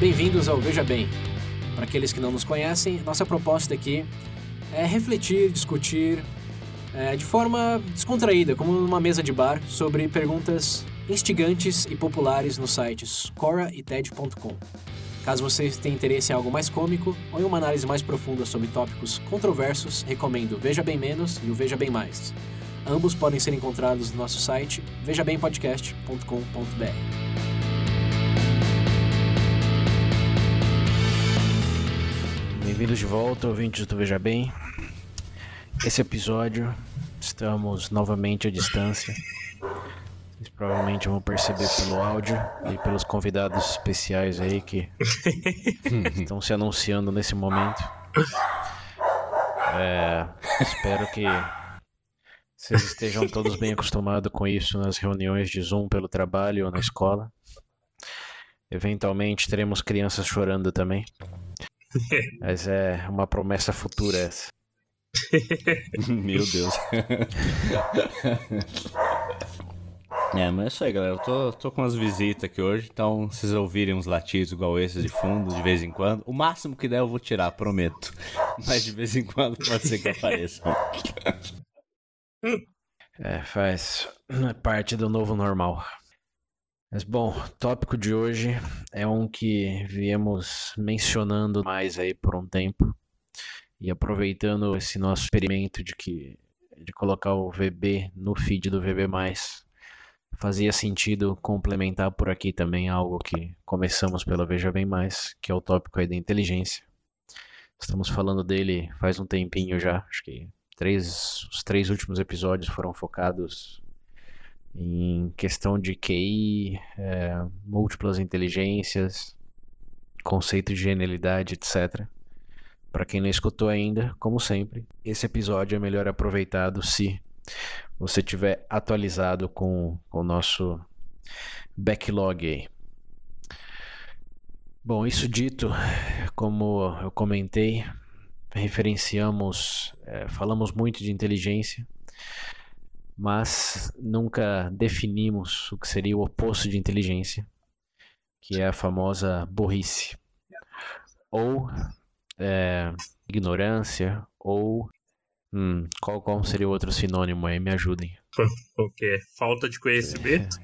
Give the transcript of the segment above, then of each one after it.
Bem-vindos ao Veja Bem. Para aqueles que não nos conhecem, nossa proposta aqui é refletir, discutir de forma descontraída, como numa mesa de bar, sobre perguntas instigantes e populares nos sites Quora e TED.com. Caso vocês tenham interesse em algo mais cômico ou em uma análise mais profunda sobre tópicos controversos, recomendo o Veja Bem Menos e o Veja Bem Mais. Ambos podem ser encontrados no nosso site vejabempodcast.com.br. Bem-vindos de volta, ouvintes do Veja Bem. Esse episódio, estamos novamente à distância. Vocês provavelmente vão perceber pelo áudio e pelos convidados especiais aí que estão se anunciando nesse momento. Espero que vocês estejam todos bem acostumados com isso nas reuniões de Zoom pelo trabalho ou na escola. Eventualmente teremos crianças chorando também. Mas é uma promessa futura essa. Meu Deus. Mas é isso aí, galera. Eu tô com umas visitas aqui hoje, então se vocês ouvirem uns latidos igual esses de fundo, de vez em quando, o máximo que der eu vou tirar, prometo. Mas de vez em quando pode ser que apareça. Faz parte do novo normal. Mas bom, o tópico de hoje é um que viemos mencionando mais aí por um tempo. E aproveitando esse nosso experimento de colocar o VB no feed do VB+, fazia sentido complementar por aqui também algo que começamos pela Veja Bem Mais, que é o tópico aí da inteligência. Estamos falando dele faz um tempinho já, acho que os 3 últimos episódios foram focados em questão de QI, múltiplas inteligências, conceito de genialidade, etc. Para quem não escutou ainda, como sempre, esse episódio é melhor aproveitado se você tiver atualizado com o nosso backlog aí. Bom, isso dito, como eu comentei, falamos muito de inteligência, mas nunca definimos o que seria o oposto de inteligência, que é a famosa burrice, ou ignorância, ou qual seria o outro sinônimo aí? Me ajudem. O que? Falta de conhecimento?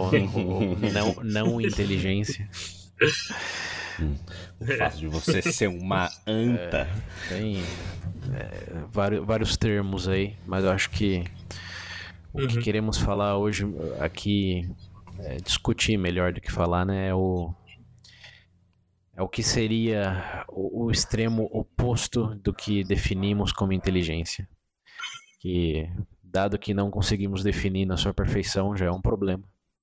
Não inteligência. O fato de você ser uma anta. Tem vários termos aí, mas eu acho que o que queremos falar hoje aqui, discutir melhor do que falar, né, é o que seria o extremo oposto do que definimos como inteligência. Que, dado que não conseguimos definir na sua perfeição, já é um problema.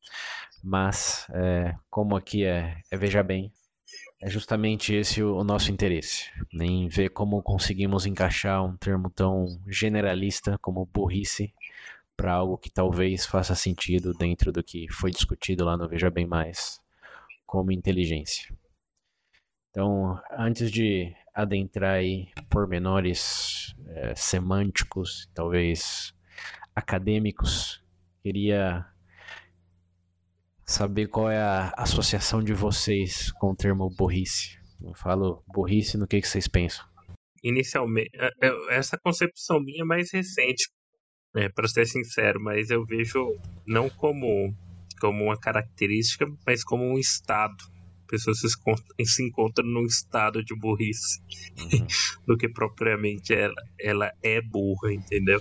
Mas, como aqui Veja Bem, é justamente esse o nosso interesse. Em ver como conseguimos encaixar um termo tão generalista como burrice para algo que talvez faça sentido dentro do que foi discutido lá no Veja Bem Mais, como inteligência. Então, antes de adentrar aí pormenores semânticos, talvez acadêmicos, queria saber qual é a associação de vocês com o termo burrice. Eu falo burrice, no que vocês pensam? Inicialmente, essa concepção minha é mais recente, para ser sincero, mas eu vejo não como uma característica, mas como um estado. A pessoa se encontra num estado de burrice do que propriamente ela é burra, entendeu?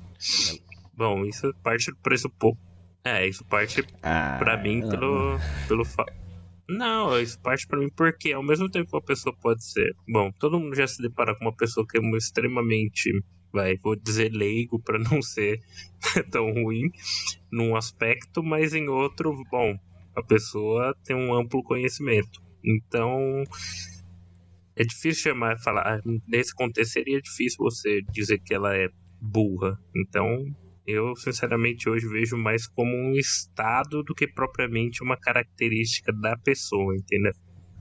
Bom, isso parte do pressuposto. Isso parte pra mim pelo fato. Não, isso parte pra mim porque ao mesmo tempo que uma pessoa pode ser. Bom, todo mundo já se depara com uma pessoa que é extremamente, vou dizer leigo pra não ser tão ruim num aspecto, mas em outro, bom, a pessoa tem um amplo conhecimento. Então, é difícil falar. Nesse contexto seria difícil você dizer que ela é burra. Então, eu sinceramente hoje vejo mais como um estado do que propriamente uma característica da pessoa, entendeu?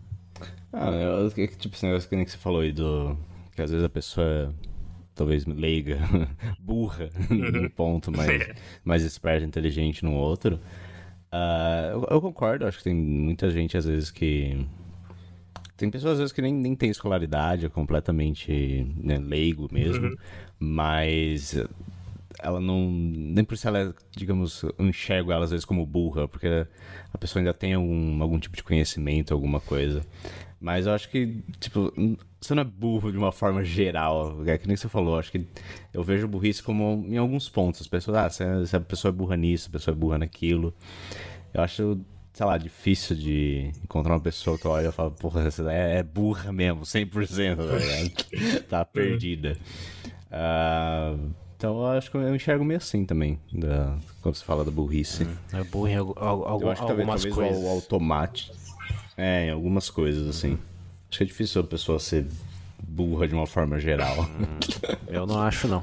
Tipo esse negócio que nem que você falou aí que às vezes a pessoa talvez leiga, burra num ponto, mais esperta, inteligente no outro. Eu concordo, acho que tem muita gente às vezes que Tem pessoas às vezes que nem tem escolaridade, é completamente, né, leigo mesmo, mas ela não... Nem por isso ela, digamos, eu enxergo ela às vezes como burra, porque a pessoa ainda tem algum tipo de conhecimento, alguma coisa. Mas eu acho que, tipo, você não é burro de uma forma geral, é que nem você falou, acho que eu vejo burrice como em alguns pontos. As pessoas, se a pessoa é burra nisso, a pessoa é burra naquilo. Eu acho, sei lá, difícil de encontrar uma pessoa que olha e fala, porra, essa é burra mesmo, 100%, tá ligado? Tá perdida. Então eu acho que eu enxergo meio assim também, quando você fala da burrice. É burro em Eu acho que algumas talvez coisas. o automático. Em algumas coisas, assim. Acho que é difícil a pessoa ser burra de uma forma geral. Eu não acho, não.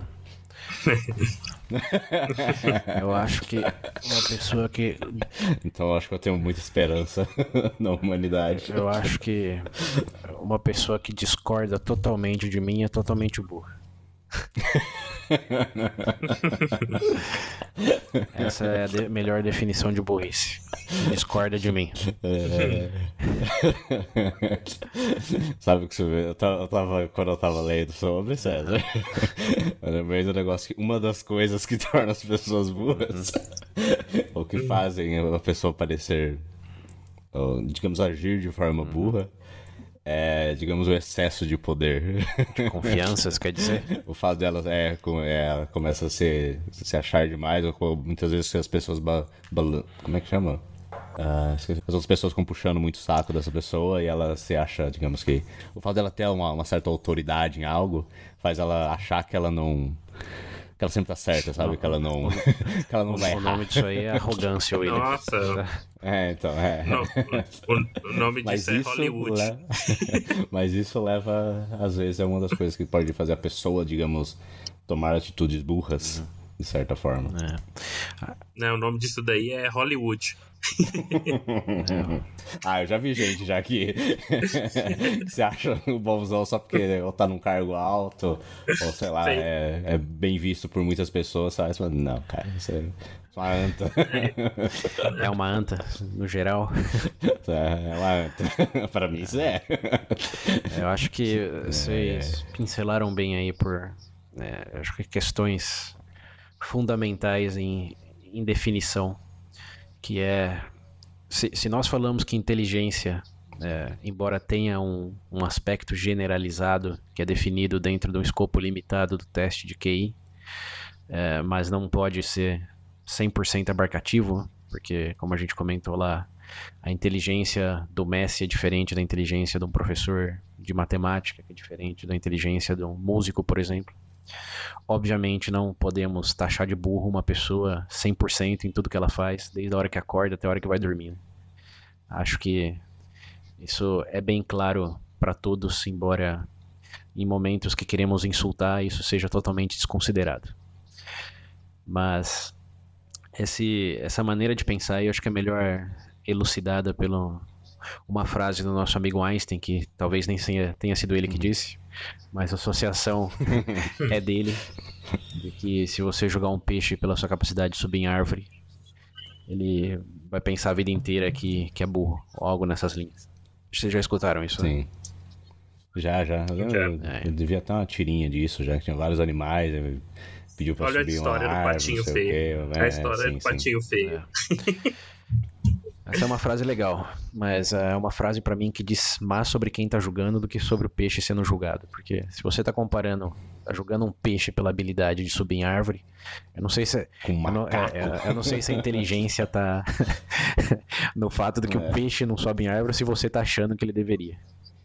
Eu acho que uma pessoa que... Então eu acho que eu tenho muita esperança na humanidade. Eu acho que uma pessoa que discorda totalmente de mim é totalmente burra. Essa é a melhor definição de burrice. Discorda de mim. Sabe o que você vê? Quando eu tava lendo sobre César, eu lembrei do negócio que uma das coisas que torna as pessoas burras, ou que fazem a pessoa parecer, ou, digamos, agir de forma burra, é, digamos, o excesso de poder. Confianças, quer dizer? O fato delas ela começa a se achar demais, ou muitas vezes as pessoas como é que chama? As outras pessoas ficam puxando muito o saco dessa pessoa e ela se acha, digamos que... O fato dela ter uma certa autoridade em algo faz ela achar que ela não... Que ela sempre tá certa, sabe? Que ela não vai errar. O nome disso aí é arrogância, William. Nossa. Então, O nome disso é Hollywood. Mas isso leva, às vezes, é uma das coisas que pode fazer a pessoa, digamos, tomar atitudes burras, de certa forma. Não, o nome disso daí é Hollywood. Eu já vi gente já que se acha um bonzão só porque ou tá num cargo alto, ou sei lá, é bem visto por muitas pessoas, sabe? Você fala, não, cara, isso é uma anta. É uma anta, no geral. É uma anta. Pra mim isso é. Eu acho que vocês pincelaram bem aí por acho que questões fundamentais em definição, que é, se nós falamos que inteligência, embora tenha um aspecto generalizado que é definido dentro de um escopo limitado do teste de QI, mas não pode ser 100% abarcativo, porque, como a gente comentou lá, a inteligência do Messi é diferente da inteligência de um professor de matemática, que é diferente da inteligência de um músico, por exemplo. Obviamente não podemos taxar de burro uma pessoa 100% em tudo que ela faz, desde a hora que acorda até a hora que vai dormir. Acho que isso é bem claro para todos, embora em momentos que queremos insultar isso seja totalmente desconsiderado. Mas essa maneira de pensar eu acho que é melhor elucidada pela uma frase do nosso amigo Einstein, que talvez nem tenha sido ele que disse, mas a associação é dele, de que se você jogar um peixe pela sua capacidade de subir em árvore, ele vai pensar a vida inteira que é burro, ou algo nessas linhas. Vocês já escutaram isso? Sim. Né? Já. Eu devia ter uma tirinha disso, já que tinha vários animais, pediu pra subir uma árvore. Olha a história do patinho feio. A história do patinho feio. Essa é uma frase legal, mas é uma frase pra mim que diz mais sobre quem tá julgando do que sobre o peixe sendo julgado. Porque se você tá julgando um peixe pela habilidade de subir em árvore, eu não sei se eu não sei se a inteligência tá no fato de que o peixe não sobe em árvore, se você tá achando que ele deveria.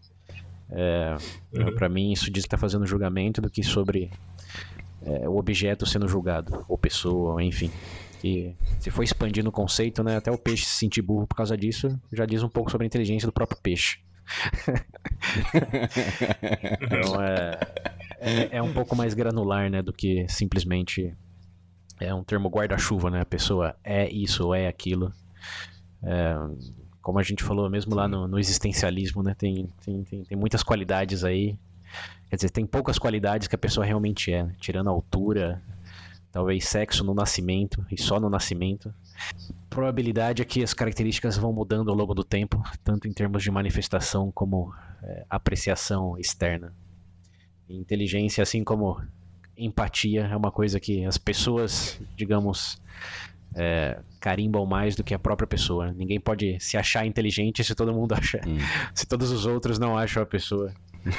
Pra mim isso diz que tá fazendo julgamento do que sobre o objeto sendo julgado, ou pessoa, enfim. Que se for expandindo o conceito, né, até o peixe se sentir burro por causa disso, já diz um pouco sobre a inteligência do próprio peixe. Então é um pouco mais granular, né, do que simplesmente é um termo guarda-chuva, né, a pessoa é isso ou é aquilo. Como a gente falou mesmo lá no existencialismo, né, tem muitas qualidades aí, quer dizer, tem poucas qualidades que a pessoa realmente é, né? Tirando a altura, talvez sexo no nascimento e só no nascimento. Probabilidade é que as características vão mudando ao longo do tempo, tanto em termos de manifestação como apreciação externa. Inteligência, assim como empatia, é uma coisa que as pessoas, digamos, carimbam mais do que a própria pessoa. Ninguém pode se achar inteligente se todo mundo acha, se todos os outros não acham a pessoa.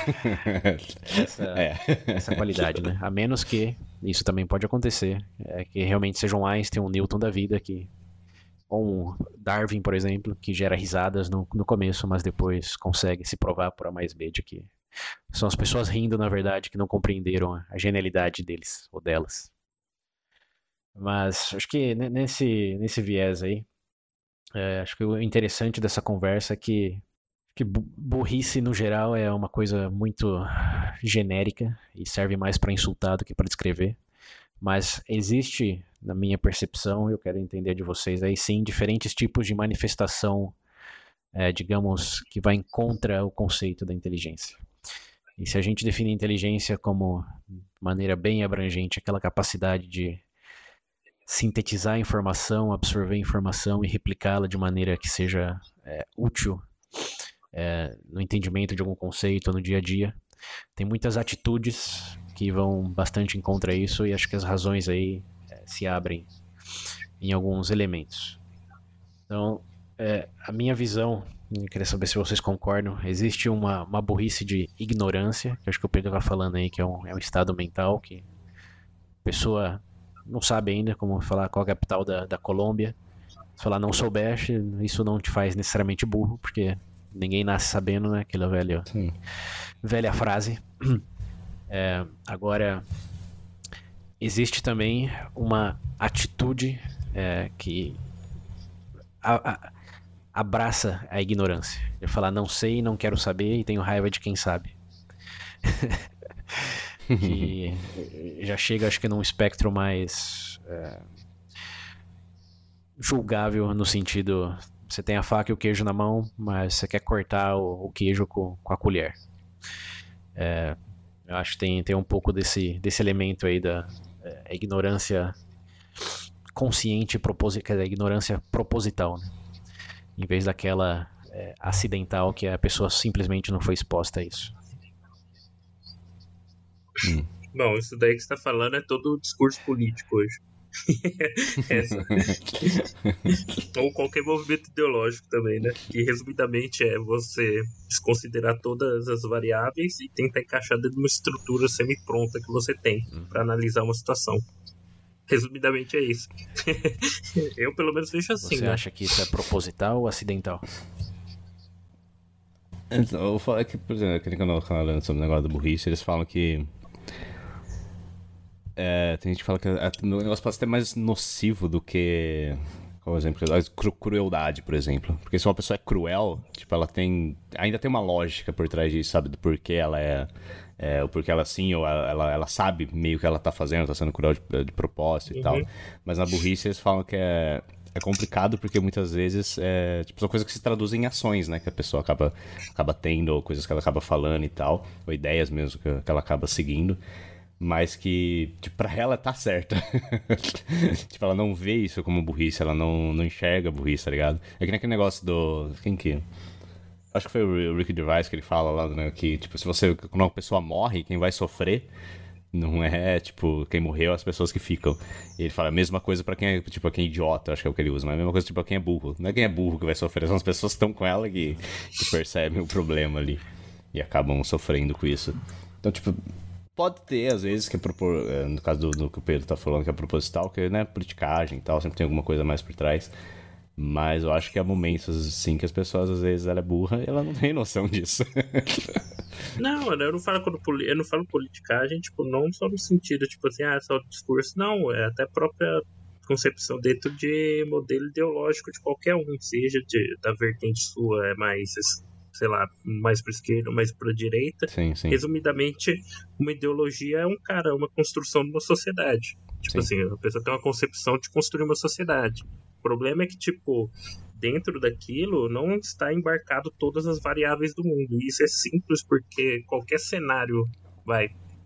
Essa qualidade, né? A menos que, isso também pode acontecer, que realmente seja um Einstein, um Newton da vida, ou um Darwin, por exemplo, que gera risadas no começo, mas depois consegue se provar por A mais B de que são as pessoas rindo, na verdade, que não compreenderam a genialidade deles ou delas. Mas acho que nesse viés aí, acho que o interessante dessa conversa é que burrice no geral é uma coisa muito genérica e serve mais para insultar do que para descrever. Mas existe, na minha percepção, eu quero entender de vocês aí sim, diferentes tipos de manifestação, digamos, que vai contra o conceito da inteligência. E se a gente define inteligência como, de maneira bem abrangente, aquela capacidade de sintetizar a informação, absorver a informação e replicá-la de maneira que seja útil no entendimento de algum conceito no dia a dia, tem muitas atitudes que vão bastante em contra isso e acho que as razões aí se abrem em alguns elementos. Então, a minha visão, eu queria saber se vocês concordam, existe uma burrice de ignorância, que acho que o Pedro está falando aí, que é um estado mental que a pessoa não sabe ainda como falar qual é a capital da Colômbia. Se falar não souber, isso não te faz necessariamente burro, porque ninguém nasce sabendo, né? Aquela velha frase. Agora, existe também uma atitude que abraça a ignorância. Eu falar não sei, não quero saber e tenho raiva de quem sabe. Que já chega, acho que num espectro mais julgável, no sentido, você tem a faca e o queijo na mão, mas você quer cortar o queijo com a colher. Eu acho que tem um pouco desse elemento aí da ignorância consciente, a ignorância proposital, né? Em vez daquela acidental que a pessoa simplesmente não foi exposta a isso. Bom, isso daí que você está falando é todo o discurso político hoje. Ou qualquer movimento ideológico também, né? Que resumidamente é você desconsiderar todas as variáveis e tentar encaixar dentro de uma estrutura semi-pronta que você tem para analisar uma situação. Resumidamente é isso. Eu pelo menos vejo assim. Você acha que isso é proposital ou acidental? Então, eu vou falar que, por exemplo, aquele canal falando sobre o negócio da burrice, eles falam que tem gente que fala que o negócio pode ser mais nocivo do que, qual exemplo? Crueldade, por exemplo. Porque se uma pessoa é cruel, tipo, ela ainda tem uma lógica por trás disso, sabe? Do porquê ela o porquê ela assim, ou ela sabe meio que ela tá fazendo, tá sendo cruel de propósito e tal. Mas na burrice eles falam que é complicado porque muitas vezes tipo, são coisas que se traduzem em ações, né? Que a pessoa acaba tendo, ou coisas que ela acaba falando e tal, ou ideias mesmo que ela acaba seguindo. Mas que, tipo, pra ela tá certa. Tipo, ela não vê isso como burrice, ela não enxerga burrice, tá ligado? É que nem aquele negócio quem que... Acho que foi o Ricky Gervais que ele fala lá, né? Que, tipo, quando uma pessoa morre, quem vai sofrer não é, tipo, quem morreu, as pessoas que ficam. E ele fala a mesma coisa pra quem é, tipo, quem é idiota, acho que é o que ele usa. Mas a mesma coisa, tipo, pra quem é burro. Não é quem é burro que vai sofrer, são as pessoas que estão com ela que percebem o problema ali. E acabam sofrendo com isso. Então, tipo... Pode ter, às vezes, que no caso do que o Pedro tá falando, que é proposital, que é politicagem e tal, sempre tem alguma coisa mais por trás. Mas eu acho que há momentos, assim, que as pessoas, às vezes, ela é burra e ela não tem noção disso. Não, eu não falo politicagem, tipo, não só no sentido, tipo assim, só o discurso, não, é até a própria concepção dentro de modelo ideológico de qualquer um, seja da vertente sua, mais... sei lá, mais para esquerda, mais para direita. Sim. Resumidamente, uma ideologia é uma construção de uma sociedade. Tipo assim, a pessoa tem uma concepção de construir uma sociedade. O problema é que, tipo, dentro daquilo não está embarcado todas as variáveis do mundo. E isso é simples porque qualquer cenário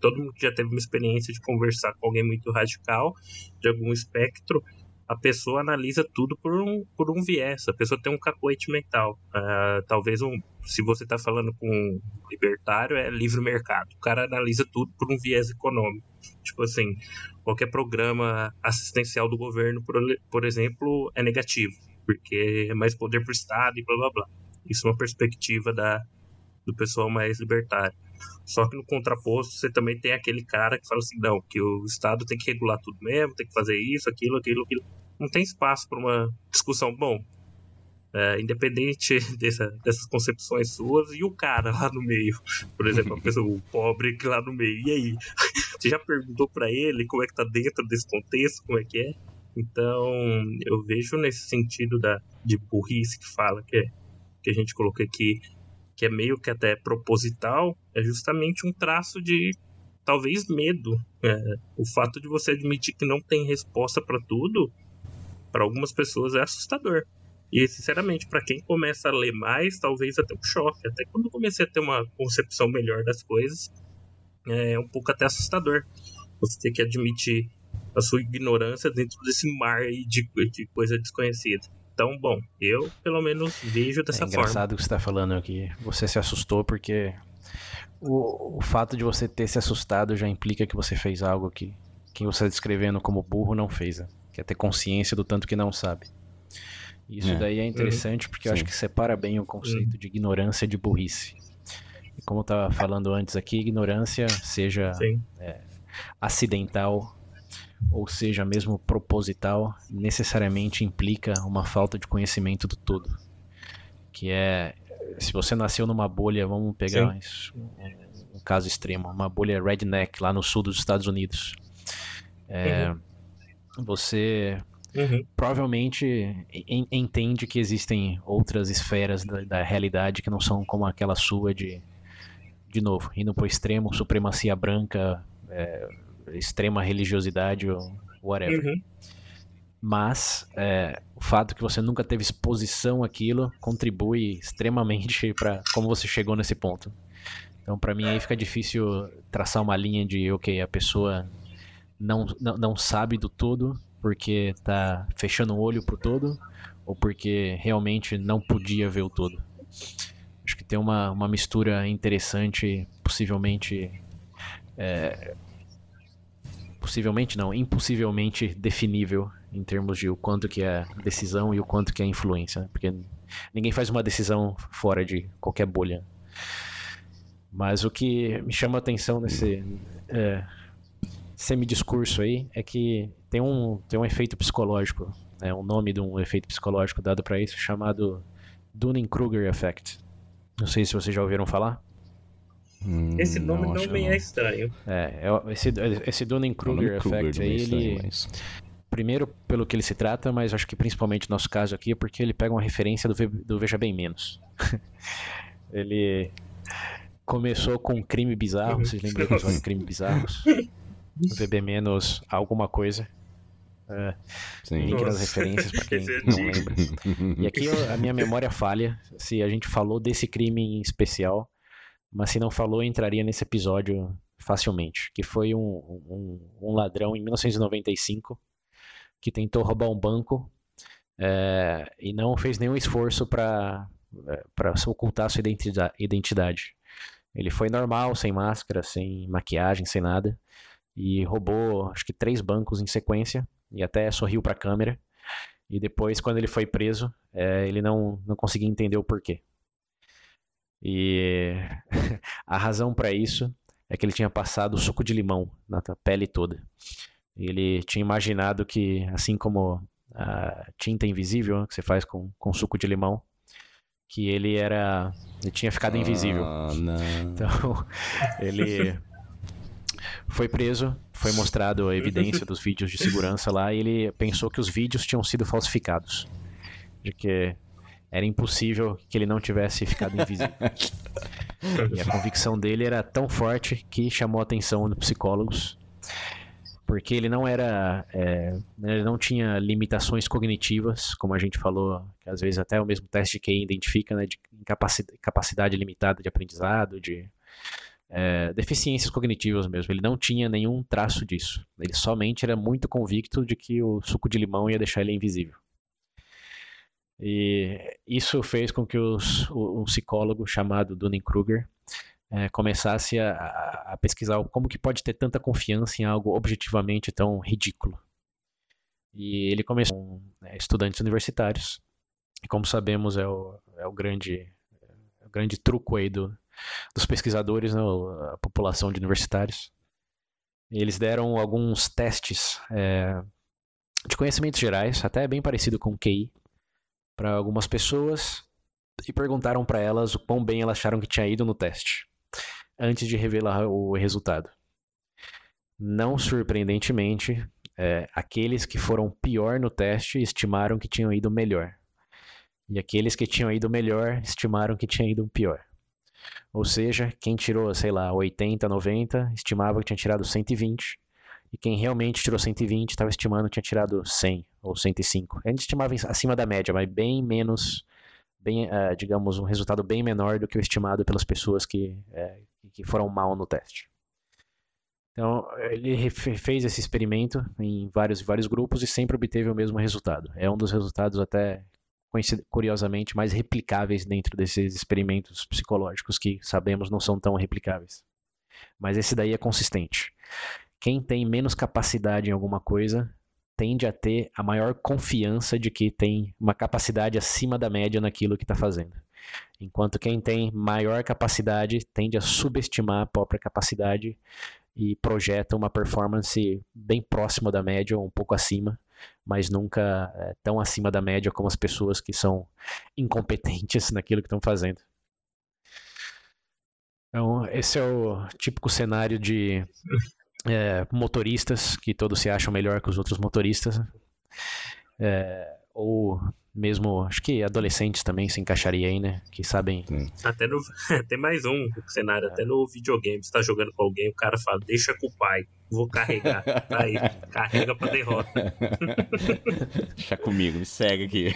todo mundo que já teve uma experiência de conversar com alguém muito radical, de algum espectro, a pessoa analisa tudo por um viés, a pessoa tem um cacoete mental. Talvez se você está falando com um libertário, é livre mercado. O cara analisa tudo por um viés econômico. Tipo assim, qualquer programa assistencial do governo, por exemplo, é negativo, porque é mais poder para o Estado e blá blá blá. Isso é uma perspectiva do pessoal mais libertário. Só que no contraposto, você também tem aquele cara que fala assim, não, que o Estado tem que regular tudo mesmo, tem que fazer isso, aquilo. Não tem espaço para uma discussão. Bom, independente dessas concepções suas, e o cara lá no meio, por exemplo, a pessoa, o pobre lá no meio, e aí? Você já perguntou para ele como é que tá dentro desse contexto, como é que é? Então, eu vejo nesse sentido de burrice que fala, que a gente colocou aqui, que é meio que até proposital, é justamente um traço de, talvez, medo. O fato de você admitir que não tem resposta para tudo, para algumas pessoas é assustador. E, sinceramente, para quem começa a ler mais, talvez até um choque. Até quando eu comecei a ter uma concepção melhor das coisas, é um pouco até assustador. Você ter que admitir a sua ignorância dentro desse mar aí de coisa desconhecida. Então, bom, eu pelo menos vejo dessa forma. É engraçado o que você está falando aqui. Você se assustou porque o fato de você ter se assustado já implica que você fez algo que quem você está descrevendo como burro não fez, né? Que é ter consciência do tanto que não sabe. Isso daí é interessante porque eu acho que separa bem o conceito de ignorância de burrice. E como eu estava falando antes aqui, ignorância, seja acidental ou seja mesmo proposital, necessariamente implica uma falta de conhecimento do todo. Que é, se você nasceu numa bolha, vamos pegar um caso extremo, uma bolha redneck lá no sul dos Estados Unidos. Você provavelmente entende que existem outras esferas da realidade que não são como aquela sua de novo, indo pro extremo, supremacia branca, extrema religiosidade ou whatever. Mas o fato que você nunca teve exposição àquilo contribui extremamente para como você chegou nesse ponto. Então, para mim, aí fica difícil traçar uma linha de, ok, a pessoa não sabe do todo porque tá fechando o olho pro todo ou porque realmente não podia ver o todo. Acho que tem uma mistura interessante, impossivelmente definível em termos de o quanto que é decisão e o quanto que é influência, né? Porque ninguém faz uma decisão fora de qualquer bolha. Mas o que me chama a atenção nesse semidiscurso aí é que tem um efeito psicológico, né? Um nome de um efeito psicológico dado para isso chamado Dunning-Kruger Effect. Não sei se vocês já ouviram falar. Esse nome não me é estranho. Esse Dunning-Kruger Effect aí, ele... Primeiro, pelo que ele se trata, mas acho que principalmente no nosso caso aqui, é porque ele pega uma referência do Veja Bem Menos. Ele começou com um crime bizarro, vocês lembram do episódio de Crime Bizarros? VB Menos alguma coisa. Link nas referências pra quem não lembra. E aqui a minha memória falha se a gente falou desse crime em especial, mas se não falou, entraria nesse episódio facilmente. Que foi um ladrão em 1995 que tentou roubar um banco e não fez nenhum esforço para ocultar sua identidade. Ele foi normal, sem máscara, sem maquiagem, sem nada, e roubou acho que 3 bancos em sequência e até sorriu para a câmera. E depois, quando ele foi preso, ele não conseguia entender o porquê. E a razão para isso é que ele tinha passado suco de limão na pele toda. Ele tinha imaginado que, assim como a tinta invisível que você faz com suco de limão, que ele tinha ficado invisível. Não. Então, ele foi preso, foi mostrado a evidência dos vídeos de segurança lá, e ele pensou que os vídeos tinham sido falsificados, de que era impossível que ele não tivesse ficado invisível. E a convicção dele era tão forte que chamou a atenção dos psicólogos, porque ele ele não tinha limitações cognitivas, como a gente falou, que às vezes até o mesmo teste de QI identifica, né, de capacidade limitada de aprendizado, de deficiências cognitivas mesmo. Ele não tinha nenhum traço disso. Ele somente era muito convicto de que o suco de limão ia deixar ele invisível. E isso fez com que um psicólogo chamado Dunning-Kruger começasse a pesquisar como que pode ter tanta confiança em algo objetivamente tão ridículo. E ele começou com estudantes universitários. E como sabemos, é o grande truco aí dos pesquisadores, né, a população de universitários. Eles deram alguns testes de conhecimentos gerais, até bem parecido com o QI, para algumas pessoas e perguntaram para elas o quão bem elas acharam que tinha ido no teste, antes de revelar o resultado. Não surpreendentemente, aqueles que foram pior no teste estimaram que tinham ido melhor. E aqueles que tinham ido melhor estimaram que tinham ido pior. Ou seja, quem tirou, 80, 90, estimava que tinha tirado 120. E quem realmente tirou 120 estava estimando que tinha tirado 100 ou 105. A gente estimava acima da média, mas bem menos, digamos, um resultado bem menor do que o estimado pelas pessoas que foram mal no teste. Então, ele fez esse experimento em vários grupos e sempre obteve o mesmo resultado. É um dos resultados até, curiosamente, mais replicáveis dentro desses experimentos psicológicos que sabemos não são tão replicáveis. Mas esse daí é consistente. Quem tem menos capacidade em alguma coisa tende a ter a maior confiança de que tem uma capacidade acima da média naquilo que está fazendo. Enquanto quem tem maior capacidade tende a subestimar a própria capacidade e projeta uma performance bem próxima da média, ou um pouco acima, mas nunca tão acima da média como as pessoas que são incompetentes naquilo que estão fazendo. Então, esse é o típico cenário de motoristas que todos se acham melhor que os outros motoristas, ou mesmo, acho que adolescentes também se encaixaria aí, né, que sabem... Até tem mais um cenário, até no videogame, você tá jogando com alguém, o cara fala, deixa com o pai, vou carregar, tá aí, carrega pra derrota. Deixa comigo, me segue aqui.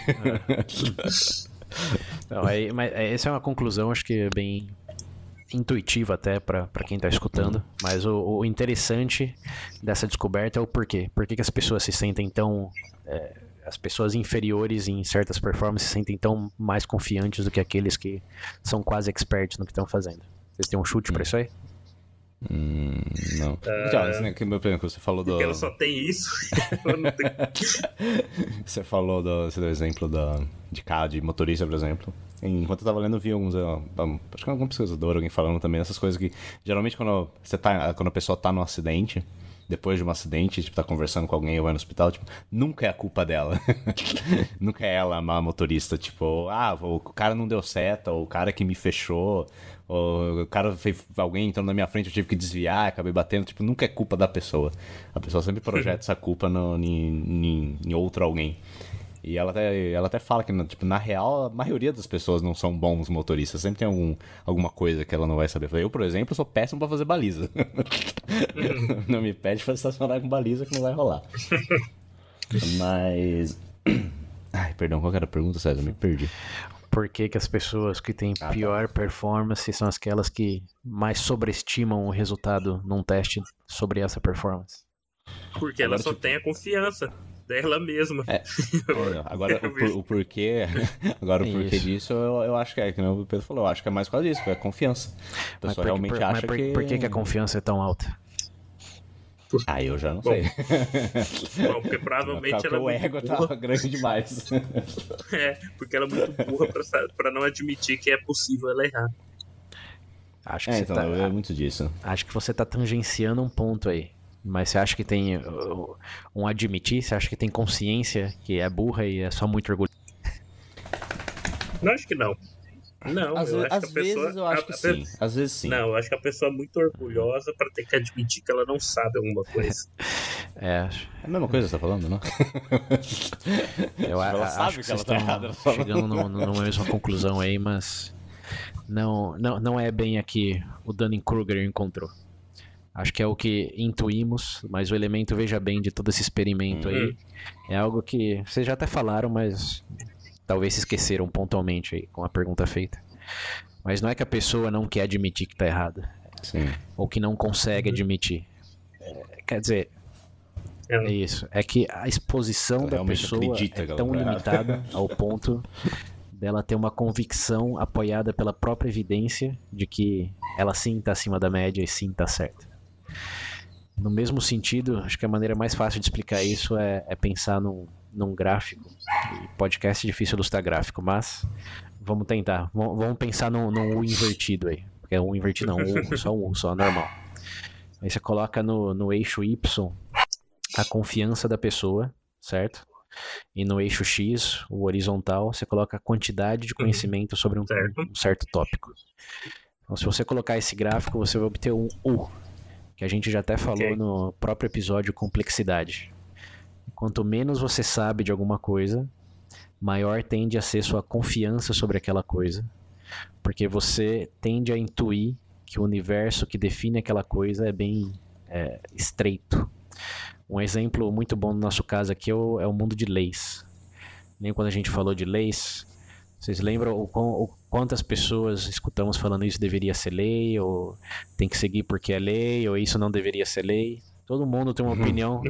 Então, mas essa é uma conclusão, acho que bem intuitiva até para quem está escutando, mas o interessante dessa descoberta é o porquê. Por que as pessoas se sentem tão... as pessoas inferiores em certas performances se sentem tão mais confiantes do que aqueles que são quase experts no que estão fazendo. Vocês têm um chute para isso aí? Não. Então, assim, que você falou do... Porque ela só tem isso. Você falou do... Você deu exemplo de motorista, por exemplo. Enquanto eu tava lendo, eu vi alguns... acho que algum pesquisador, alguém falando também dessas coisas que... Geralmente, quando a pessoa tá num acidente... Depois de um acidente, tipo, tá conversando com alguém ou vai no hospital, tipo, nunca é a culpa dela. Nunca é ela a má motorista, tipo, o cara não deu seta, ou o cara que me fechou, ou o cara alguém entrou na minha frente, eu tive que desviar, acabei batendo, tipo, nunca é culpa da pessoa. A pessoa sempre projeta essa culpa em outro alguém. E ela até fala que, tipo, na real, a maioria das pessoas não são bons motoristas. Sempre tem alguma coisa que ela não vai saber. Eu, por exemplo, sou péssimo pra fazer baliza. Não me pede pra estacionar com baliza que não vai rolar. Mas... Ai, perdão, qual era a pergunta, César? Me perdi. Por que as pessoas que têm pior performance são aquelas que mais sobreestimam o resultado num teste sobre essa performance? Porque ela só tem a confiança dela mesma. Agora o porquê disso eu acho que como o Pedro falou, eu acho que é mais por causa disso, é confiança. A pessoa realmente acha que... Por que a confiança é tão alta? Eu já não sei. Bom, porque provavelmente ela o ego tá grande demais. Porque ela é muito burra pra não admitir que é possível ela errar. Acho que é muito disso. Acho que você tá tangenciando um ponto aí. Mas você acha que tem um admitir? Você acha que tem consciência que é burra e é só muito orgulho? Não, acho que não. Não, às vezes eu acho que sim. Às vezes sim. Não, eu acho que a pessoa é muito orgulhosa pra ter que admitir que ela não sabe alguma coisa. É a mesma coisa que você tá falando, não? Ela sabe que ela tá errada. Chegando numa mesma conclusão aí, mas não é bem aqui o Dunning-Kruger encontrou. Acho que é o que intuímos, mas o elemento, veja bem, de todo esse experimento aí, é algo que vocês já até falaram, mas talvez se esqueceram pontualmente aí com a pergunta feita. Mas não é que a pessoa não quer admitir que está errada. Sim. Ou que não consegue admitir. Quer dizer, é isso. É que a exposição da pessoa é tão limitada ao ponto dela ter uma convicção apoiada pela própria evidência de que ela sim está acima da média e sim está certa. No mesmo sentido, acho que a maneira mais fácil de explicar isso é pensar num gráfico. E podcast é difícil ilustrar gráfico, mas vamos tentar. Vamos pensar num U invertido aí. Porque é um invertido não, só um U, só normal. Aí você coloca no eixo Y a confiança da pessoa, certo? E no eixo X, o horizontal, você coloca a quantidade de conhecimento sobre um certo tópico. Então, se você colocar esse gráfico, você vai obter um U, que a gente já até falou no próprio episódio Complexidade. Quanto menos você sabe de alguma coisa, maior tende a ser sua confiança sobre aquela coisa, porque você tende a intuir que o universo que define aquela coisa é bem estreito. Um exemplo muito bom no nosso caso aqui é o mundo de leis. Nem quando a gente falou de leis, vocês lembram quantas pessoas escutamos falando isso deveria ser lei, ou tem que seguir porque é lei, ou isso não deveria ser lei? Todo mundo tem uma opinião.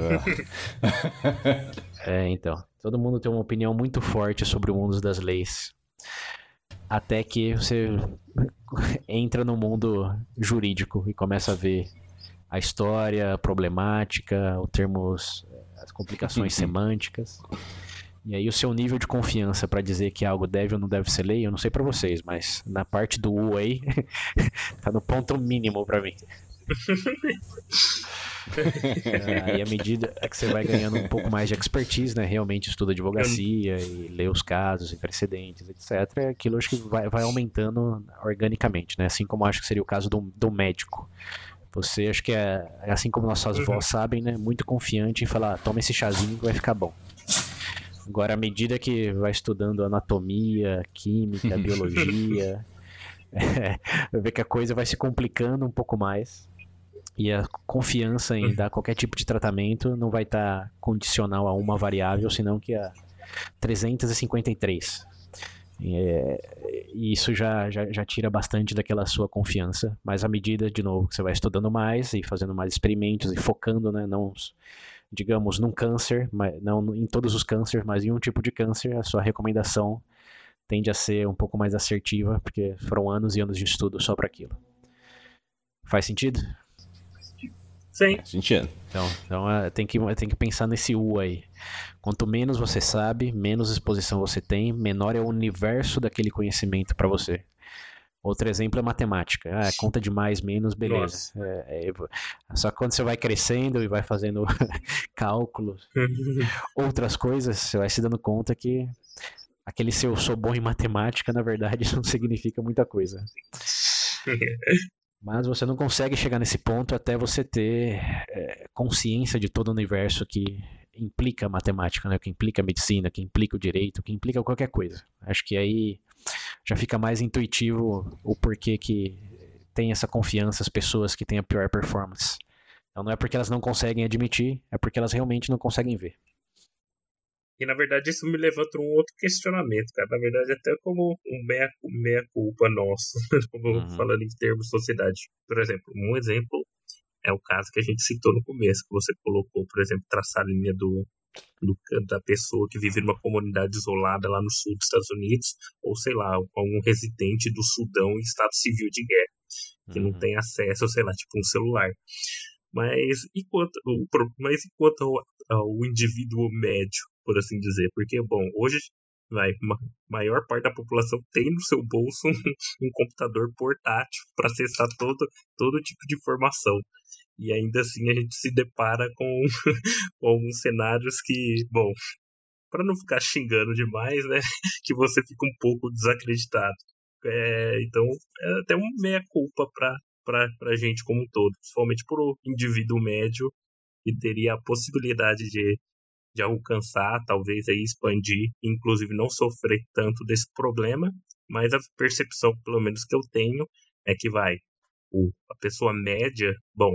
Então. Todo mundo tem uma opinião muito forte sobre o mundo das leis. Até que você entra no mundo jurídico e começa a ver a história, a problemática, as complicações semânticas. E aí o seu nível de confiança para dizer que algo deve ou não deve ser lei, eu não sei para vocês, mas na parte do U aí, tá no ponto mínimo para mim. Aí à medida que você vai ganhando um pouco mais de expertise, né, realmente estuda advocacia e lê os casos e precedentes, etc., aquilo acho que vai aumentando organicamente, né, assim como acho que seria o caso do médico. Você, acho que assim como nossas vós sabem, né, muito confiante em falar, toma esse chazinho que vai ficar bom. Agora, à medida que vai estudando anatomia, química, biologia, vai ver que a coisa vai se complicando um pouco mais. E a confiança em dar qualquer tipo de tratamento não vai estar condicional a uma variável, senão que a 353. E isso já tira bastante daquela sua confiança. Mas à medida, de novo, que você vai estudando mais e fazendo mais experimentos e focando, né, não, digamos, num câncer, não em todos os cânceres, mas em um tipo de câncer, a sua recomendação tende a ser um pouco mais assertiva, porque foram anos e anos de estudo só para aquilo. Faz sentido? Sim. Faz sentido. Então tem que pensar nesse U aí. Quanto menos você sabe, menos exposição você tem, menor é o universo daquele conhecimento para você. Outro exemplo é matemática. Conta de mais, menos, beleza. Só que quando você vai crescendo e vai fazendo cálculos, outras coisas, você vai se dando conta que aquele seu sou bom em matemática, na verdade, não significa muita coisa. Mas você não consegue chegar nesse ponto até você ter consciência de todo o universo que implica a matemática, né? Que implica a medicina, que implica o direito, que implica qualquer coisa. Acho que aí já fica mais intuitivo o porquê que tem essa confiança as pessoas que têm a pior performance. Então não é porque elas não conseguem admitir, é porque elas realmente não conseguem ver. E na verdade isso me levanta um outro questionamento, cara. Na verdade, até como um meia-culpa nosso, como falando em termos de sociedade. Por exemplo, um exemplo é o caso que a gente citou no começo, que você colocou, por exemplo, traçar a linha da pessoa que vive numa comunidade isolada lá no sul dos Estados Unidos, ou sei lá, um residente do Sudão em estado civil de guerra, que não tem acesso, sei lá, tipo um celular. Mas enquanto ao indivíduo médio, por assim dizer, porque, bom, hoje a maior parte da população tem no seu bolso um computador portátil para acessar todo tipo de informação. E ainda assim a gente se depara com alguns cenários que, bom, para não ficar xingando demais, né, que você fica um pouco desacreditado. Então, é até uma meia-culpa para a gente como um todo, principalmente para o indivíduo médio que teria a possibilidade de alcançar, talvez aí expandir, inclusive não sofrer tanto desse problema, mas a percepção, pelo menos que eu tenho, é que a pessoa média, bom,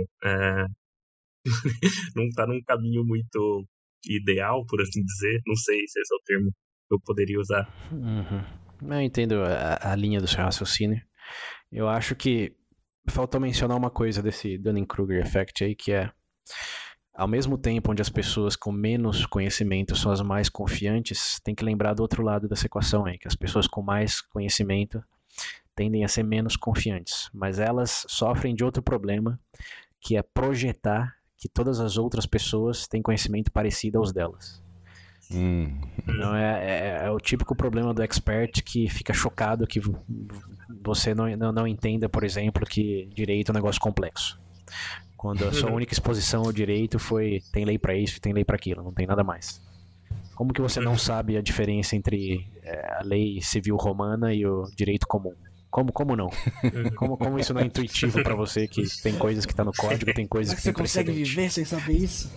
não está num caminho muito ideal, por assim dizer, não sei se esse é o termo que eu poderia usar. Eu entendo a linha do seu raciocínio. Eu acho que faltou mencionar uma coisa desse Dunning-Kruger Effect aí, que é, ao mesmo tempo onde as pessoas com menos conhecimento são as mais confiantes, tem que lembrar do outro lado dessa equação aí, que as pessoas com mais conhecimento tendem a ser menos confiantes, mas elas sofrem de outro problema, que é projetar que todas as outras pessoas têm conhecimento parecido aos delas. Não é o típico problema do expert que fica chocado que você não entenda, por exemplo, que direito é um negócio complexo. Quando a sua única exposição ao direito foi tem lei para isso e tem lei para aquilo, não tem nada mais. Como que você não sabe a diferença entre a lei civil romana e o direito comum? Como não? Como isso não é intuitivo para você, que tem coisas que tá no código, tem coisas que tem precedente? Você consegue viver sem saber isso?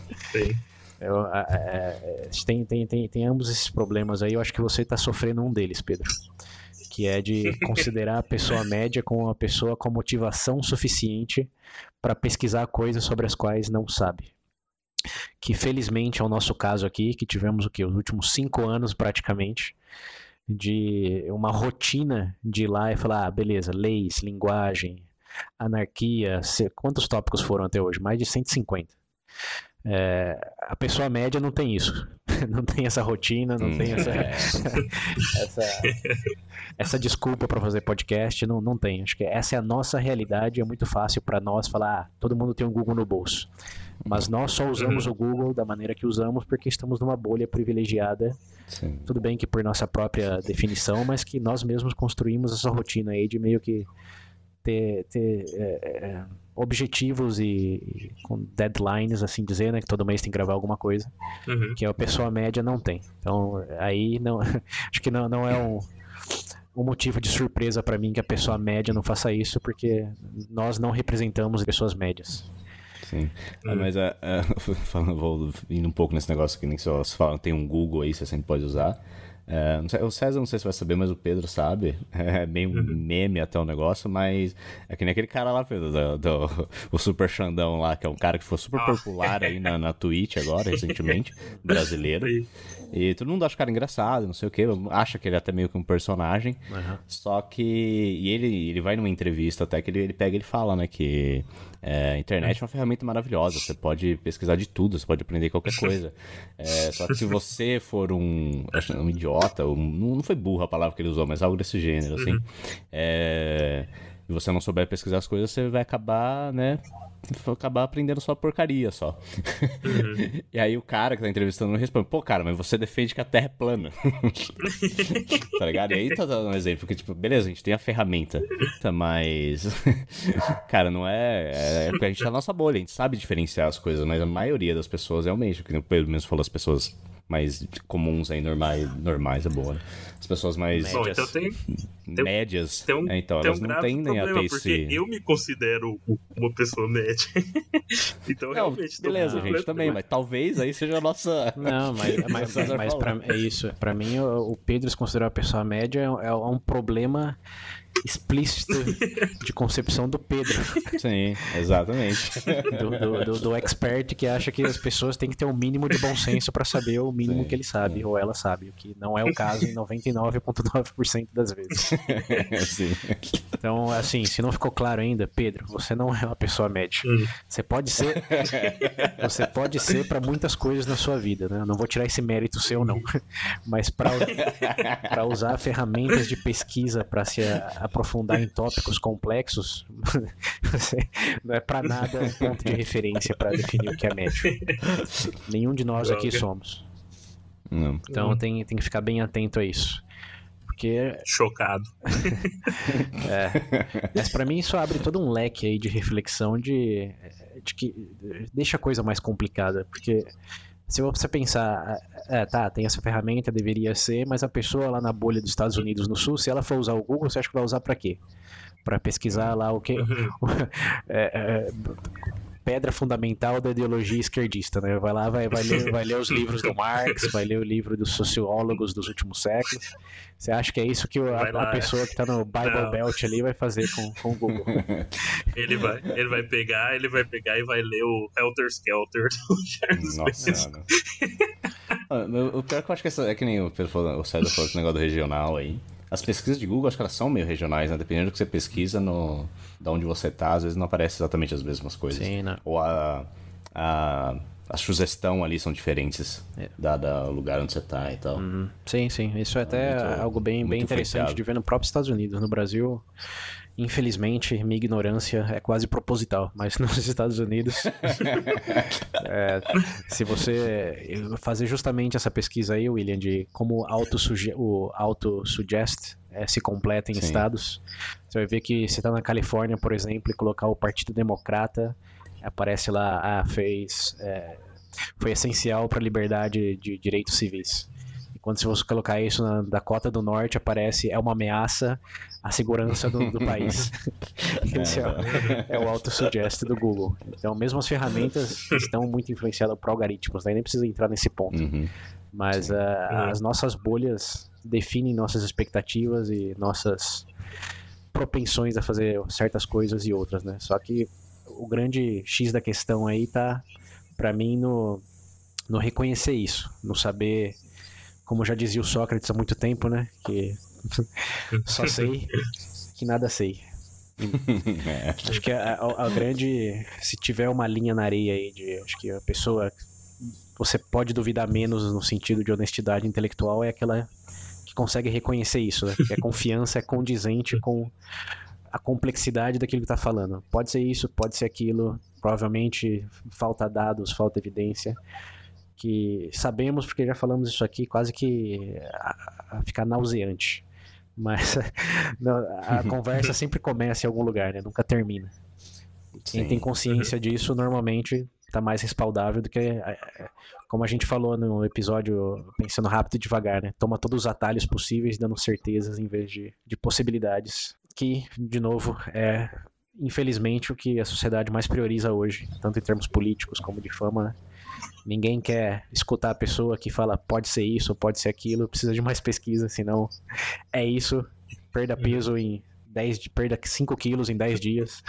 Sim. Tem ambos esses problemas aí, eu acho que você tá sofrendo um deles, Pedro. Que é de considerar a pessoa média como uma pessoa com motivação suficiente para pesquisar coisas sobre as quais não sabe. Que felizmente é o nosso caso aqui, que tivemos o quê? Os últimos 5 anos praticamente, de uma rotina de ir lá e falar, beleza, leis, linguagem, anarquia, quantos tópicos foram até hoje? Mais de 150. A pessoa média não tem isso, não tem essa rotina, não tem essa desculpa para fazer podcast, não tem. Acho que essa é a nossa realidade, é muito fácil para nós falar, todo mundo tem um Google no bolso. Mas nós só usamos o Google da maneira que usamos porque estamos numa bolha privilegiada. Sim. Tudo bem que por nossa própria definição, mas que nós mesmos construímos essa rotina aí de meio que ter objetivos e com deadlines, assim dizer, né, que todo mês tem que gravar alguma coisa, que a pessoa média não tem. Então, aí não, acho que não é um motivo de surpresa para mim que a pessoa média não faça isso, porque nós não representamos pessoas médias. Sim, mas vou indo um pouco nesse negócio que nem só se fala, tem um Google aí, você sempre pode usar. O César não sei se vai saber, mas o Pedro sabe. É meio um meme até o negócio, mas é que nem aquele cara lá, Pedro, o Super Xandão lá, que é um cara que foi super popular aí na Twitch agora, recentemente, brasileiro. E todo mundo acha o cara engraçado, não sei o que, acha que ele é até meio que um personagem. Só que e ele vai numa entrevista até que ele pega e ele fala, né, que a internet é uma ferramenta maravilhosa, você pode pesquisar de tudo, você pode aprender qualquer coisa. Só que se você for um idiota, não foi burro a palavra que ele usou, mas algo desse gênero, assim, e você não souber pesquisar as coisas, você vai acabar, né, aprendendo só porcaria, só. E aí o cara que tá entrevistando não responde, pô, cara, mas você defende que a Terra é plana. Tá ligado? E aí tá dando um exemplo, porque, tipo, beleza, a gente tem a ferramenta, mas, cara, não é porque a gente tá na nossa bolha, a gente sabe diferenciar as coisas, mas a maioria das pessoas realmente, que o Pedro mesmo falou, as pessoas mais comuns aí, normais é boa, né? As pessoas mais médias, médias, então elas não tendem a ter porque eu me considero uma pessoa média. Então realmente beleza, gente, também, mas talvez aí seja a nossa... Não, mas é isso, pra mim o Pedro se considerar uma pessoa média é um problema explícito de concepção do Pedro. Sim, exatamente. Do expert que acha que as pessoas têm que ter um mínimo de bom senso pra saber o mínimo que ele sabe, ou ela sabe, o que não é o caso em 99,9% das vezes. Sim. Então, assim, se não ficou claro ainda, Pedro, você não é uma pessoa média. Você pode ser para muitas coisas na sua vida, né? Eu não vou tirar esse mérito seu, não. Mas para usar ferramentas de pesquisa para se aprofundar em tópicos complexos, não é para nada um ponto de referência para definir o que é médio. Nenhum de nós aqui somos. Não. Então tem que ficar bem atento a isso. Porque... Chocado. Mas pra mim isso abre todo um leque aí de reflexão de que deixa a coisa mais complicada. Porque se você pensar, tem essa ferramenta, deveria ser, mas a pessoa lá na bolha dos Estados Unidos no Sul, se ela for usar o Google, você acha que vai usar pra quê? Pra pesquisar lá o que... pedra fundamental da ideologia esquerdista, né? Vai lá, vai ler os livros do Marx, vai ler o livro dos sociólogos dos últimos séculos. Você acha que é isso que a pessoa que tá no Bible Belt ali vai fazer com o Google? Ele vai pegar e vai ler o Helter Skelter do Charles Manson. O pior que eu acho que é que nem o César falou esse negócio do regional aí. As pesquisas de Google, acho que elas são meio regionais, né? Dependendo do que você pesquisa de onde você tá, às vezes não aparece exatamente as mesmas coisas. Sim, né? Ou a sugestão ali são diferentes, dada o lugar onde você tá e tal. Sim. Isso é até algo bem interessante de ver no próprio Estados Unidos. No Brasil, infelizmente, minha ignorância é quase proposital, mas nos Estados Unidos, se você fazer justamente essa pesquisa aí, William, de como o auto-suggest se completa em estados, você vai ver que você tá na Califórnia, por exemplo, e colocar o Partido Democrata, aparece lá, foi essencial para a liberdade de direitos civis. E quando se você colocar isso na Dakota do Norte, aparece, é uma ameaça à segurança do país. Esse é o auto-suggest do Google. Então, mesmo as ferramentas estão muito influenciadas por algoritmos, né? Nem precisa entrar nesse ponto. Mas as nossas bolhas definem nossas expectativas e nossas propensões a fazer certas coisas e outras, né? Só que o grande X da questão aí tá, pra mim, no reconhecer isso, no saber, como já dizia o Sócrates há muito tempo, né, que só sei que nada sei. Acho que a grande, se tiver uma linha na areia aí acho que a pessoa, você pode duvidar menos no sentido de honestidade intelectual, é aquela que consegue reconhecer isso, né, que a confiança é condizente com a complexidade daquilo que está falando. Pode ser isso, pode ser aquilo, provavelmente falta dados, falta evidência, que sabemos porque já falamos isso aqui, quase que a ficar nauseante. Mas a conversa sempre começa em algum lugar, né? Nunca termina. Quem tem consciência disso, normalmente está mais respaldável do que, como a gente falou no episódio Pensando Rápido e Devagar, né? Toma todos os atalhos possíveis, dando certezas em vez de possibilidades. Que, de novo, é infelizmente o que a sociedade mais prioriza hoje, tanto em termos políticos como de fama, né? Ninguém quer escutar a pessoa que fala pode ser isso, pode ser aquilo, precisa de mais pesquisa, senão é isso, perda peso perda 5 quilos em 10 dias.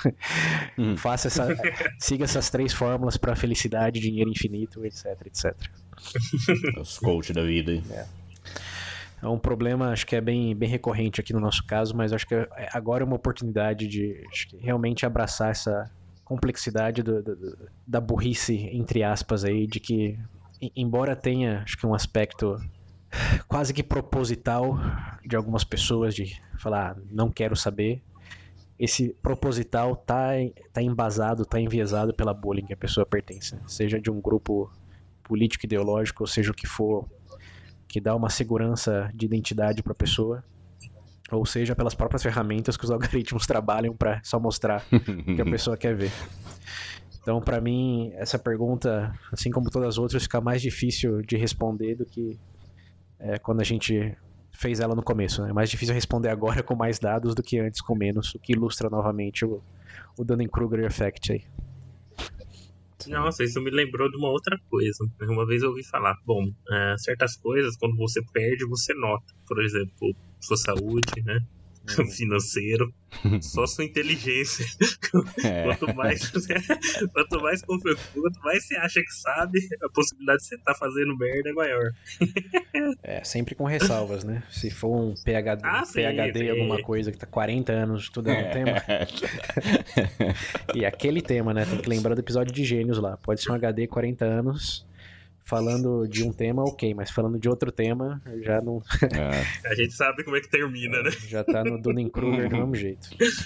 Siga essas 3 fórmulas para felicidade, dinheiro infinito, etc. Os coach da vida. É um problema, acho que é bem recorrente aqui no nosso caso, mas acho que agora é uma oportunidade de realmente abraçar essa complexidade da burrice, entre aspas, aí, de que, embora tenha, acho que um aspecto quase que proposital de algumas pessoas de falar, não quero saber, esse proposital tá embasado, tá enviesado pela bolha em que a pessoa pertence, seja de um grupo político ideológico, ou seja o que for, que dá uma segurança de identidade para a pessoa, ou seja, pelas próprias ferramentas que os algoritmos trabalham para só mostrar o que a pessoa quer ver. Então, para mim, essa pergunta, assim como todas as outras, fica mais difícil de responder do que quando a gente fez ela no começo, né? É mais difícil responder agora com mais dados do que antes com menos, o que ilustra novamente o Dunning-Kruger Effect aí. Nossa, isso me lembrou de uma outra coisa. Uma vez eu ouvi falar, certas coisas, quando você perde, você nota. Por exemplo, sua saúde, né? Financeiro, só sua inteligência. Quanto mais você acha que sabe, a possibilidade de você estar fazendo merda é maior. Sempre com ressalvas, né? Se for um PhD alguma coisa que tá 40 anos estudando um tema. E aquele tema, né? Tem que lembrar do episódio de Gênios lá. Pode ser um HD 40 anos falando de um tema, ok, mas falando de outro tema, já não... A gente sabe como é que termina, né? Já tá no Dunning-Kruger do mesmo jeito.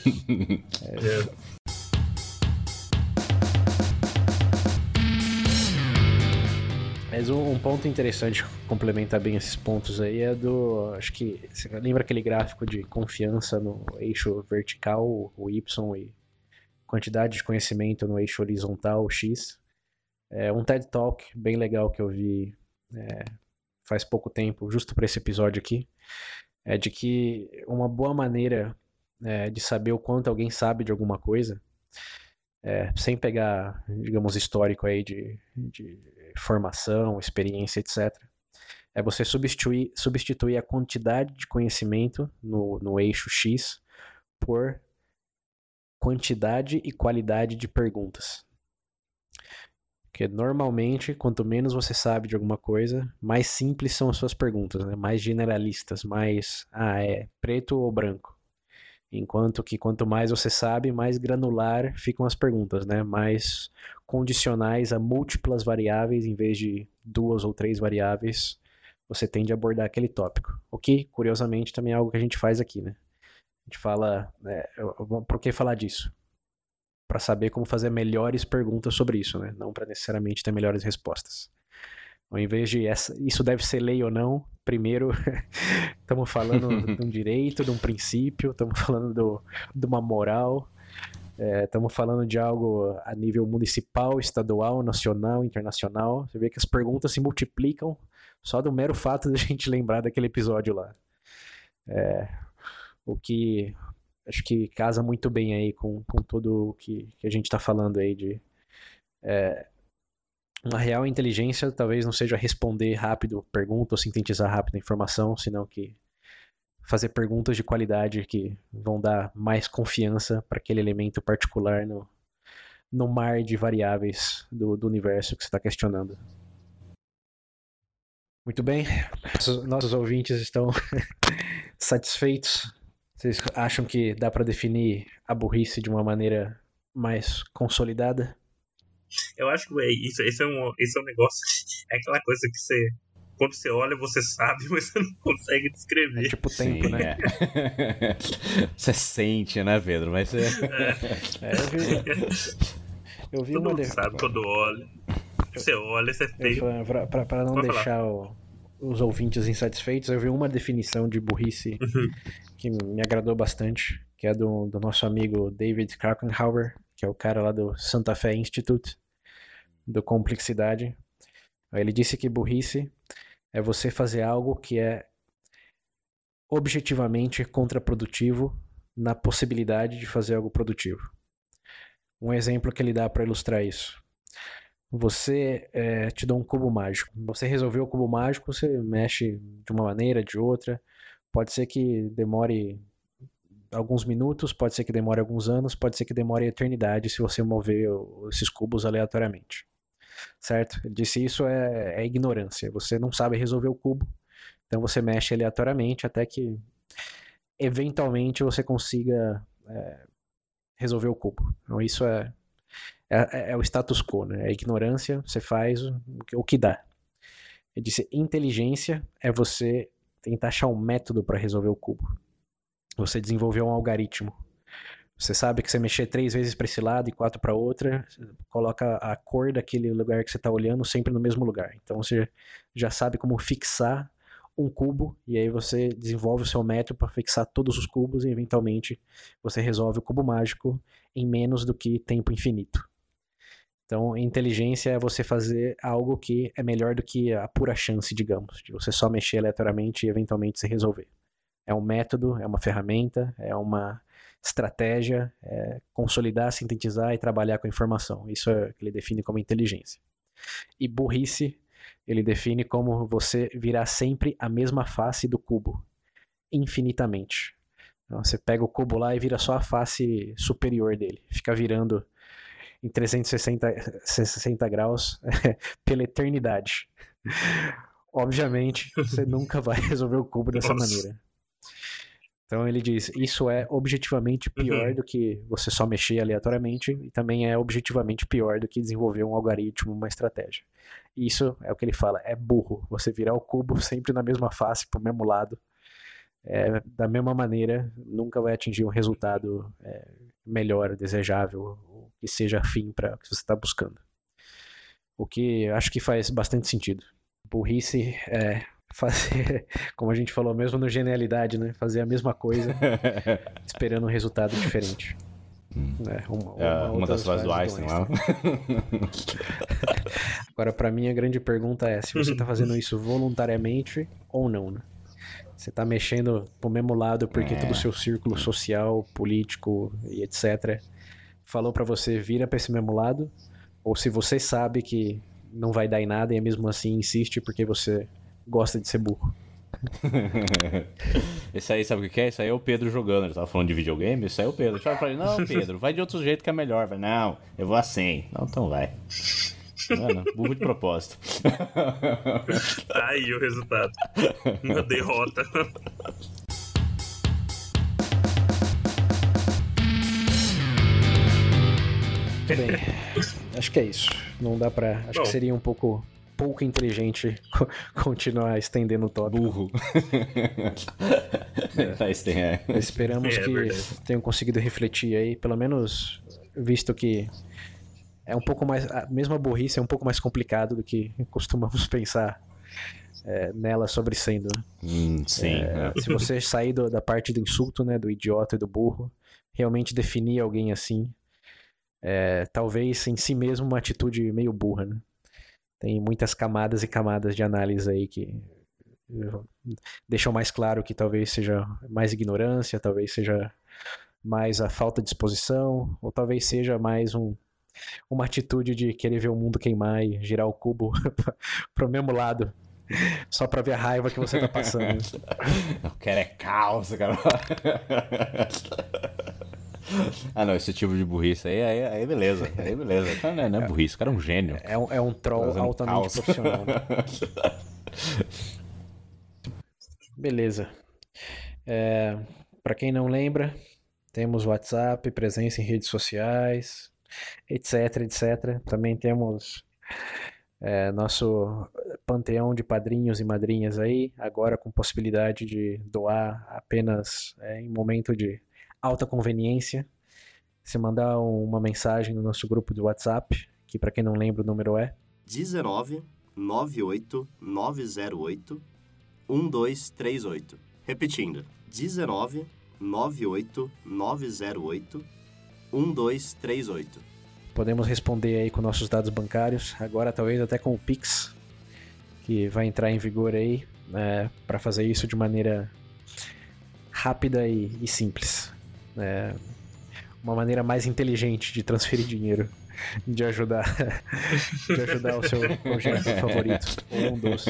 Mas um ponto interessante, complementar bem esses pontos aí, acho que, você lembra aquele gráfico de confiança no eixo vertical, o Y, e quantidade de conhecimento no eixo horizontal, o X? Um TED Talk bem legal que eu vi faz pouco tempo, justo para esse episódio aqui, é de que uma boa maneira de saber o quanto alguém sabe de alguma coisa, sem pegar, digamos, histórico aí de formação, experiência, etc., é você substituir a quantidade de conhecimento no eixo X por quantidade e qualidade de perguntas. Porque normalmente, quanto menos você sabe de alguma coisa, mais simples são as suas perguntas, né? Mais generalistas, mais, é preto ou branco? Enquanto que quanto mais você sabe, mais granular ficam as perguntas, né? Mais condicionais a múltiplas variáveis em vez de 2 ou 3 variáveis, você tende a abordar aquele tópico. O que, curiosamente, também é algo que a gente faz aqui, né? A gente fala... por que falar disso? Para saber como fazer melhores perguntas sobre isso, né? Não para necessariamente ter melhores respostas. Ao invés de isso deve ser lei ou não, primeiro estamos falando de um direito, de um princípio, estamos falando de uma moral, estamos falando de algo a nível municipal, estadual, nacional, internacional. Você vê que as perguntas se multiplicam só do mero fato de a gente lembrar daquele episódio lá. O que acho que casa muito bem aí com tudo o que a gente está falando aí de... Uma real inteligência talvez não seja responder rápido pergunta ou sintetizar rápido a informação, senão que fazer perguntas de qualidade que vão dar mais confiança para aquele elemento particular no mar de variáveis do universo que você está questionando. Muito bem, nossos ouvintes estão satisfeitos? Vocês acham que dá para definir a burrice de uma maneira mais consolidada? Eu acho que esse é um negócio. É aquela coisa que você. Quando você olha, você sabe, mas você não consegue descrever. É tipo tempo, né? Você sente, né, Pedro? Mas você... eu vi Todo mundo sabe quando olha. Você olha, você tem. Para não deixar os ouvintes insatisfeitos, eu vi uma definição de burrice que me agradou bastante, que é do nosso amigo David Krakauer, que é o cara lá do Santa Fe Institute, do Complexidade. Ele disse que burrice é você fazer algo que é objetivamente contraprodutivo na possibilidade de fazer algo produtivo. Um exemplo que ele dá para ilustrar isso. Você te dá um cubo mágico. Você resolveu o cubo mágico, você mexe de uma maneira, de outra. Pode ser que demore alguns minutos, pode ser que demore alguns anos, pode ser que demore a eternidade se você mover esses cubos aleatoriamente. Certo? Ele disse isso é ignorância. Você não sabe resolver o cubo, então você mexe aleatoriamente até que eventualmente você consiga resolver o cubo. Então isso é o status quo, né? É ignorância, você faz o que dá. Ele disse inteligência é você tentar achar um método para resolver o cubo. Você desenvolveu um algoritmo. Você sabe que você mexer 3 vezes para esse lado e 4 para outra, coloca a cor daquele lugar que você está olhando sempre no mesmo lugar. Então você já sabe como fixar um cubo e aí você desenvolve o seu método para fixar todos os cubos e eventualmente você resolve o cubo mágico em menos do que tempo infinito. Então, inteligência é você fazer algo que é melhor do que a pura chance, digamos, de você só mexer aleatoriamente e eventualmente se resolver. É um método, é uma ferramenta, é uma estratégia, é consolidar, sintetizar e trabalhar com a informação. Isso é o que ele define como inteligência. E burrice, ele define como você virar sempre a mesma face do cubo, infinitamente. Então, você pega o cubo lá e vira só a face superior dele. Fica virando em 360 graus pela eternidade. Obviamente, você nunca vai resolver o cubo dessa maneira. Então ele diz, isso é objetivamente pior do que você só mexer aleatoriamente e também é objetivamente pior do que desenvolver um algoritmo, uma estratégia. Isso é o que ele fala, é burro. Você virar o cubo sempre na mesma face, pro mesmo lado, da mesma maneira, nunca vai atingir um resultado melhor, desejável, que seja afim para o que você está buscando. O que acho que faz bastante sentido. Burrice é fazer, como a gente falou mesmo no Genialidade, né? Fazer a mesma coisa esperando um resultado diferente. Uma das frases do Einstein lá. Agora, para mim, a grande pergunta é se você está fazendo isso voluntariamente ou não, né? Você está mexendo pro mesmo lado porque todo o seu círculo social, político e etc. falou para você vira para esse mesmo lado, ou se você sabe que não vai dar em nada e mesmo assim insiste porque você gosta de ser burro. Esse aí, sabe o que é? Isso aí é o Pedro jogando. Ele tava falando de videogame, isso aí é o Pedro. Eu falei, não, Pedro, vai de outro jeito que é melhor. Vai, não, eu vou assim. Não, então vai. Mano, burro de propósito. Tá aí o resultado. Uma derrota. Muito bem. Acho que é isso. Não dá pra... Acho que seria um pouco inteligente continuar estendendo o tópico. Burro. Esperamos que tenham conseguido refletir aí, pelo menos visto que é um pouco mais... A mesma burrice é um pouco mais complicado do que costumamos pensar nela sobre sendo. Sim. Se você sair da parte do insulto, né, do idiota e do burro, realmente definir alguém assim, talvez em si mesmo uma atitude meio burra, né? Tem muitas camadas e camadas de análise aí que deixam mais claro que talvez seja mais ignorância, talvez seja mais a falta de disposição, ou talvez seja mais uma atitude de querer ver o mundo queimar e girar o cubo pro mesmo lado, só pra ver a raiva que você tá passando. Eu quero é caos, cara. Não, esse tipo de burrice aí beleza. Aí beleza. Então, não é burrice, o cara é um gênio. É um troll altamente profissional. Beleza. Pra quem não lembra, temos WhatsApp, presença em redes sociais, etc. Também temos nosso panteão de padrinhos e madrinhas aí, agora com possibilidade de doar apenas em momento de alta conveniência. Se mandar uma mensagem no nosso grupo do WhatsApp, que para quem não lembra o número é 19 98 908 1238. Repetindo, 19 98 908 1238. Podemos responder aí com nossos dados bancários, agora talvez até com o Pix, que vai entrar em vigor aí, para fazer isso de maneira rápida e simples. Uma maneira mais inteligente de transferir dinheiro, de ajudar o seu projeto favorito, ou um dos.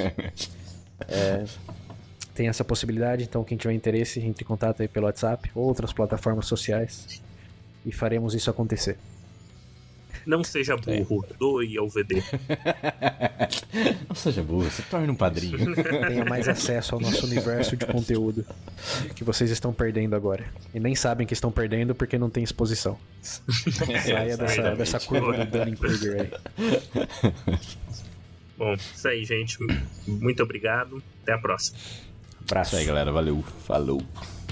Tem essa possibilidade, então quem tiver interesse, entre em contato aí pelo WhatsApp ou outras plataformas sociais e faremos isso acontecer. Não seja burro, doe ao VD. Não seja burro, se torne um padrinho. Tenha mais acesso ao nosso universo de conteúdo que vocês estão perdendo agora. E nem sabem que estão perdendo porque não tem exposição. Saia dessa curva do Dunning-Kruger aí. Bom, isso aí, gente. Muito obrigado. Até a próxima. Abraço. Isso aí, galera. Valeu. Falou.